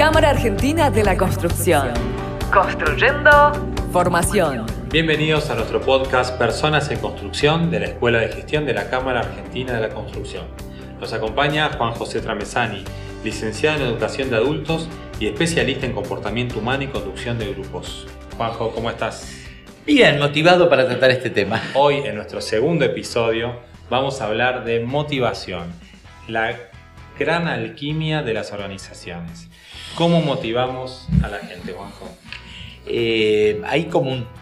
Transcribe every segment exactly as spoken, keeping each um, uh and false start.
Cámara Argentina de la Construcción. Construyendo formación. Bienvenidos a nuestro podcast Personas en Construcción de la Escuela de Gestión de la Cámara Argentina de la Construcción. Nos acompaña Juan José Tramesani, licenciado en Educación de Adultos y especialista en comportamiento humano y conducción de grupos. Juanjo, ¿cómo estás? Bien, motivado para tratar este tema. Hoy, en nuestro segundo episodio, vamos a hablar de motivación, la gran alquimia de las organizaciones. ¿Cómo motivamos a la gente, Juanjo? Eh, hay como un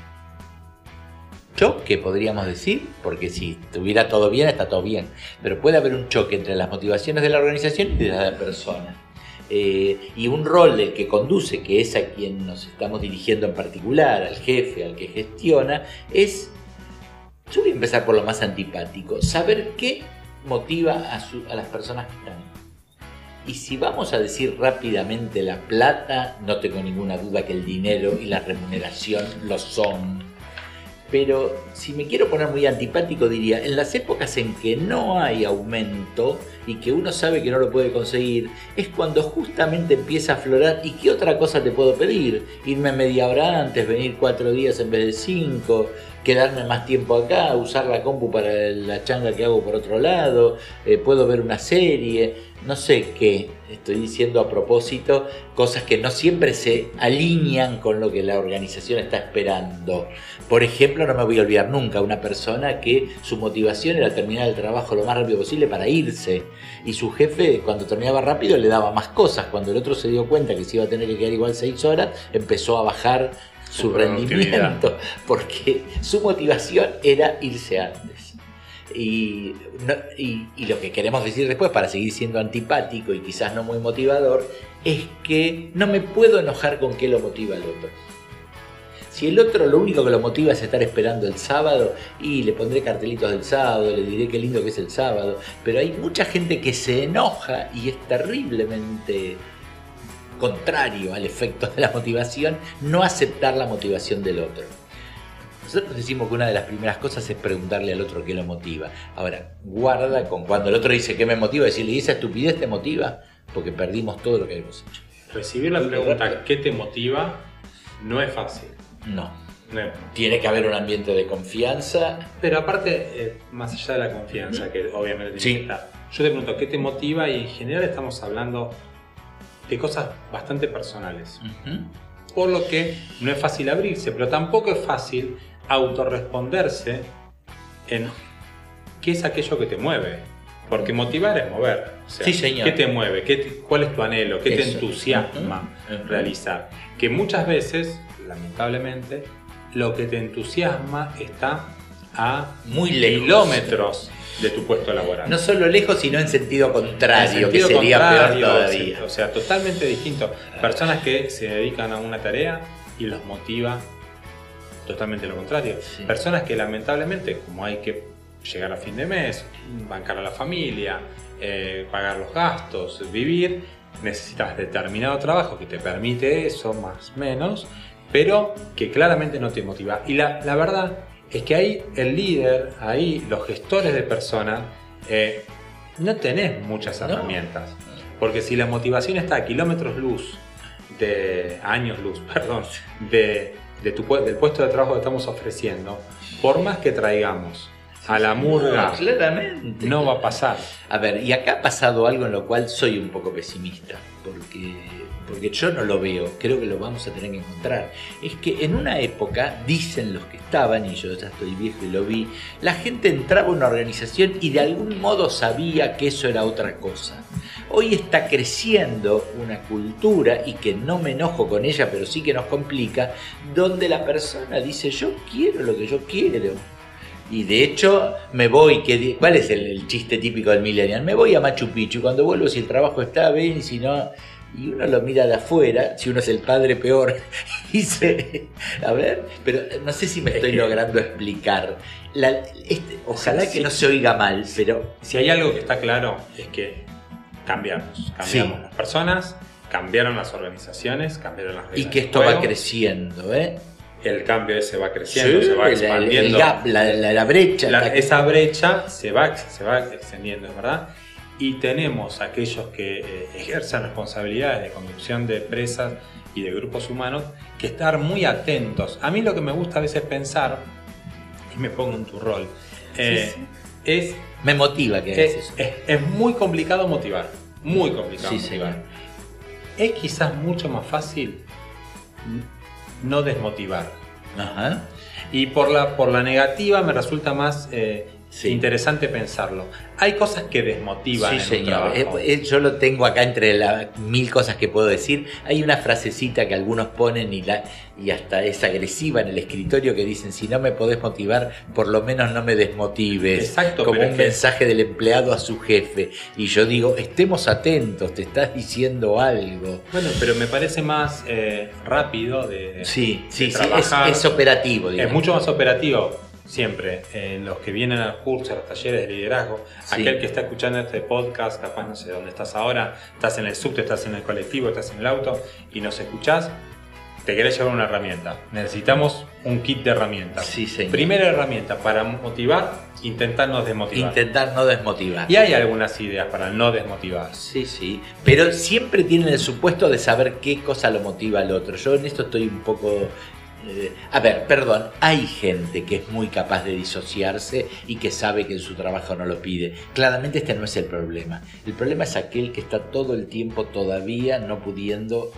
choque, podríamos decir, porque si estuviera todo bien, está todo bien, pero puede haber un choque entre las motivaciones de la organización y de la persona. Eh, y un rol del que conduce, que es a quien nos estamos dirigiendo en particular, al jefe, al que gestiona, es, yo voy a empezar por lo más antipático, saber qué motiva a, su, a las personas que están. Y si vamos a decir rápidamente la plata, no tengo ninguna duda que el dinero y la remuneración lo son. Pero si me quiero poner muy antipático diría, en las épocas en que no hay aumento y que uno sabe que no lo puede conseguir, es cuando justamente empieza a aflorar. ¿Y qué otra cosa te puedo pedir? Irme media hora antes, venir cuatro días en vez de cinco, quedarme más tiempo acá, usar la compu para la changa que hago por otro lado, eh, puedo ver una serie, no sé qué. Estoy diciendo a propósito cosas que no siempre se alinean con lo que la organización está esperando. Por ejemplo, no me voy a olvidar nunca una persona que su motivación era terminar el trabajo lo más rápido posible para irse. Y su jefe, cuando terminaba rápido, le daba más cosas. Cuando el otro se dio cuenta que se iba a tener que quedar igual seis horas, empezó a bajar su, su rendimiento. Porque su motivación era irse antes. Y, no, y, y lo que queremos decir después, para seguir siendo antipático y quizás no muy motivador, es que no me puedo enojar con qué lo motiva el otro. Si el otro lo único que lo motiva es estar esperando el sábado, y le pondré cartelitos del sábado, le diré qué lindo que es el sábado, pero hay mucha gente que se enoja y es terriblemente contrario al efecto de la motivación no aceptar la motivación del otro. Nosotros decimos que una de las primeras cosas es preguntarle al otro qué lo motiva. Ahora, guarda con cuando el otro dice qué me motiva, decirle, ¿y esa estupidez te motiva? Porque perdimos todo lo que hemos hecho. Recibir la pregunta ¿qué te motiva? No es fácil. No. no. Tiene que haber un ambiente de confianza. Pero aparte, eh, más allá de la confianza, ¿Mm? que obviamente tiene sí. que estar, yo te pregunto, ¿qué te motiva? Y en general estamos hablando de cosas bastante personales. Uh-huh. Por lo que no es fácil abrirse, pero tampoco es fácil autorresponderse en qué es aquello que te mueve. Porque motivar es mover. O sea, sí, señor. ¿Qué te mueve? ¿Qué te, ¿Cuál es tu anhelo? ¿Qué Eso. te entusiasma uh-huh. realizar? Que muchas veces, lamentablemente, lo que te entusiasma está a muy lejos, kilómetros de tu puesto laboral. No solo lejos, sino en sentido contrario, en sentido que sería contrario, peor todavía. O sea, totalmente distinto. Personas que se dedican a una tarea y los motiva totalmente lo contrario. Sí. Personas que lamentablemente, como hay que llegar a fin de mes, bancar a la familia, eh, pagar los gastos, vivir, necesitas determinado trabajo que te permite eso, más o menos, pero que claramente no te motiva. Y la, la verdad es que ahí el líder, ahí los gestores de personas, eh, no tenés muchas herramientas. No. Porque si la motivación está a kilómetros luz, de años luz, perdón, de, de tu, del puesto de trabajo que estamos ofreciendo, por más que traigamos a la murga, no, claramente, no va a pasar. A ver, y acá ha pasado algo en lo cual soy un poco pesimista, porque, porque yo no lo veo, creo que lo vamos a tener que encontrar. Es que en una época, dicen los que estaban, y yo ya estoy viejo y lo vi, la gente entraba a una organización y de algún modo sabía que eso era otra cosa. Hoy está creciendo una cultura, y que no me enojo con ella, pero sí que nos complica, donde la persona dice, yo quiero lo que yo quiero. Y de hecho me voy, que, ¿cuál es el, el chiste típico del millennial? Me voy a Machu Picchu, cuando vuelvo si el trabajo está bien y si no... Y uno lo mira de afuera, si uno es el padre peor, y dice, a ver, pero no sé si me estoy logrando explicar. La, este, ojalá que no se oiga mal, pero... Si hay algo que está claro es que cambiamos, cambiamos sí. las personas, cambiaron las organizaciones, cambiaron las reglas. Y que esto va creciendo, ¿eh? El cambio ese va creciendo, sí, se va expandiendo. El gap, la, la, la brecha. La, esa brecha se va, se va extendiendo, ¿verdad? y tenemos aquellos que eh, ejercen responsabilidades de conducción de empresas y de grupos humanos que estar muy atentos. A mí lo que me gusta a veces pensar, y me pongo en tu rol, eh, sí, sí. es... Me motiva que es, eso. Es, es muy complicado motivar, muy complicado sí, motivar. Señor. Es quizás mucho más fácil no desmotivar. Ajá. Y por la, por la negativa me resulta más... Eh, Sí. interesante pensarlo. Hay cosas que desmotivan. Sí, en señor. Eh, eh, yo lo tengo acá entre las mil cosas que puedo decir. Hay una frasecita que algunos ponen y, la, y hasta es agresiva en el escritorio que dicen: si no me podés motivar, por lo menos no me desmotives. Exacto. Como un es mensaje que... del empleado a su jefe. Y yo digo: estemos atentos, te estás diciendo algo. Bueno, pero me parece más eh, rápido de, sí, de sí, trabajar. Sí, es, es operativo. Digamos. Es mucho más operativo. Siempre, en los que vienen al curso, a los talleres de liderazgo, sí. Aquel que está escuchando este podcast, capaz no sé dónde estás ahora, estás en el subte, estás en el colectivo, estás en el auto y nos escuchás, te querés llevar una herramienta. Necesitamos un kit de herramientas. Sí, señor. Primera herramienta para motivar, intentar no desmotivar. Intentar no desmotivar. Y hay algunas ideas para no desmotivar. Sí, sí. Pero siempre tienen el supuesto de saber qué cosa lo motiva al otro. Yo en esto estoy un poco... Eh, a ver, perdón, hay gente que es muy capaz de disociarse y que sabe que en su trabajo no lo pide. Claramente este no es el problema. El problema es aquel que está todo el tiempo todavía no pudiendo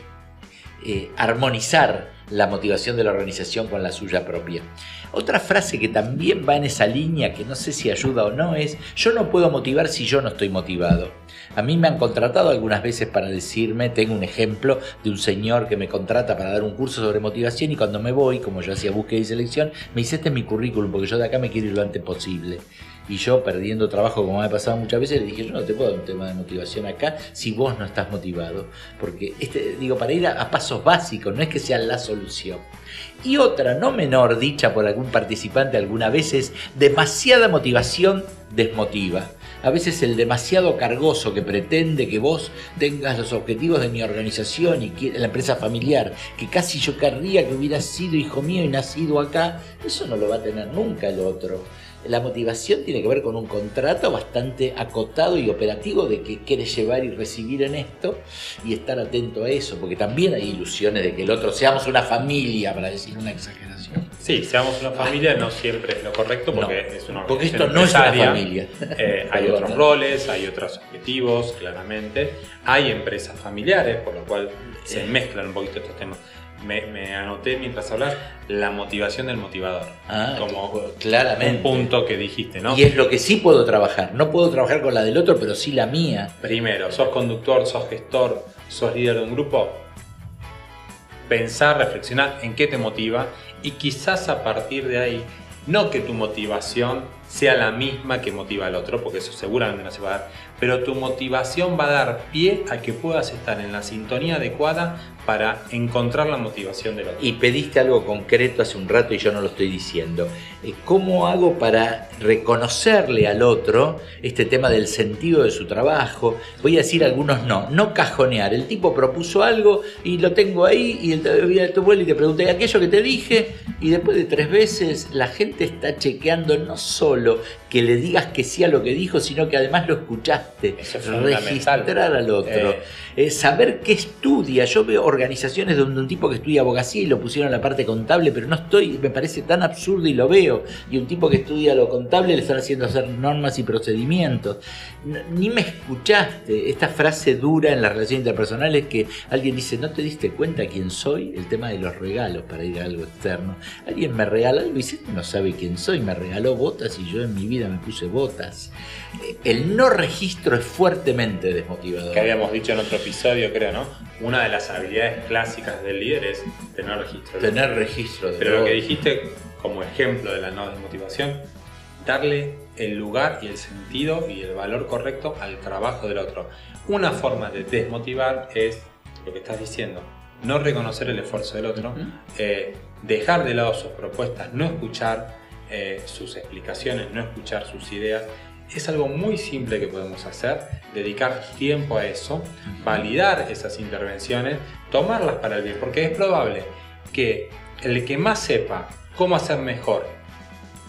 eh, armonizar la motivación de la organización con la suya propia. Otra frase que también va en esa línea, que no sé si ayuda o no, es: yo no puedo motivar si yo no estoy motivado. A mí me han contratado algunas veces para decirme, tengo un ejemplo de un señor que me contrata para dar un curso sobre motivación y cuando me voy, como yo hacía búsqueda y selección, me dice: este es mi currículum porque yo de acá me quiero ir lo antes posible. Y yo, perdiendo trabajo como me ha pasado muchas veces, le dije: yo no te puedo dar un tema de motivación acá si vos no estás motivado. Porque, este, digo, para ir a, a pasos básicos, no es que sea la solución. Y otra, no menor, dicha por algún participante alguna vez, es: demasiada motivación desmotiva. A veces el demasiado cargoso que pretende que vos tengas los objetivos de mi organización y que, la empresa familiar, que casi yo querría que hubiera sido hijo mío y nacido acá, eso no lo va a tener nunca el otro. La motivación tiene que ver con un contrato bastante acotado y operativo de qué quieres llevar y recibir en esto y estar atento a eso, porque también hay ilusiones de que el otro seamos una familia, para decir una exageración. Sí, seamos una familia no siempre es lo correcto porque no, es una porque esto no es una familia. Eh, hay otros no. roles, hay otros objetivos, claramente. Hay empresas familiares, por lo cual se mezclan un poquito estos temas. Me, me anoté mientras hablas la motivación del motivador. Ah, como claramente. Un punto que dijiste, ¿no? Y es lo que sí puedo trabajar. No puedo trabajar con la del otro, pero sí la mía. Primero, sos conductor, sos gestor, sos líder de un grupo. Pensar, reflexionar en qué te motiva y quizás a partir de ahí, no que tu motivación sea la misma que motiva al otro, porque eso seguramente no se va a dar, pero tu motivación va a dar pie a que puedas estar en la sintonía adecuada para encontrar la motivación del otro. Y pediste algo concreto hace un rato y yo no lo estoy diciendo. ¿Cómo hago para reconocerle al otro este tema del sentido de su trabajo? Voy a decir algunos no, no cajonear. El tipo propuso algo y lo tengo ahí y el tu vuelo y te pregunté aquello que te dije y después de tres veces la gente está chequeando no solo que le digas que sí a lo que dijo, sino que además lo escuchaste. Eso es registrar al otro. Eh. Eh, saber qué estudia. Yo veo organizaciones donde un tipo que estudia abogacía y lo pusieron en la parte contable, pero no estoy, me parece tan absurdo y lo veo. Y un tipo que estudia lo contable le están haciendo hacer normas y procedimientos. Ni me escuchaste. Esta frase dura en las relaciones interpersonales que alguien dice: ¿no te diste cuenta quién soy? El tema de los regalos para ir a algo externo. Alguien me regala algo y dice: no sabe quién soy, me regaló botas y yo en mi vida me puse botas. El no registro es fuertemente desmotivador. Que habíamos dicho en otro episodio, creo, ¿no? Una de las habilidades clásicas del líder es tener registro. Tener registro. De Pero lo que dijiste como ejemplo de la no desmotivación, darle el lugar y el sentido y el valor correcto al trabajo del otro. Una forma de desmotivar es lo que estás diciendo: no reconocer el esfuerzo del otro, uh-huh. eh, dejar de lado sus propuestas, no escuchar eh, sus explicaciones, no escuchar sus ideas. Es algo muy simple que podemos hacer, dedicar tiempo a eso, validar esas intervenciones, tomarlas para el bien, porque es probable que el que más sepa cómo hacer mejor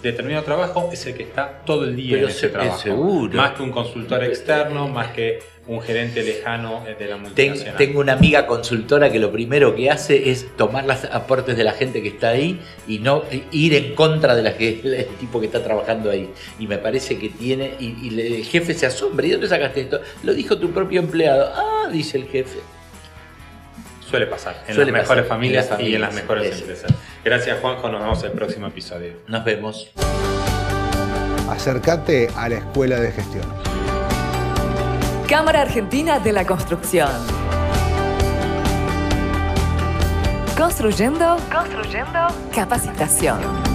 determinado trabajo es el que está todo el día Pero en ese se- trabajo. seguro. Más que un consultor externo, más que un gerente lejano de la Ten- multinacional. tengo una amiga consultora que lo primero que hace es tomar los aportes de la gente que está ahí y no ir en contra de la que, el tipo que está trabajando ahí. Y me parece que tiene, y, y le- el jefe se asombra. ¿Y dónde sacaste esto? Lo dijo tu propio empleado. Ah, dice el jefe. Suele pasar en Suele las mejores pasar, familias en las y en las familias, mejores eso. empresas. Gracias, Juanjo. Nos vemos en el próximo episodio. Nos vemos. Acércate a la Escuela de Gestión. Cámara Argentina de la Construcción. Construyendo, construyendo capacitación.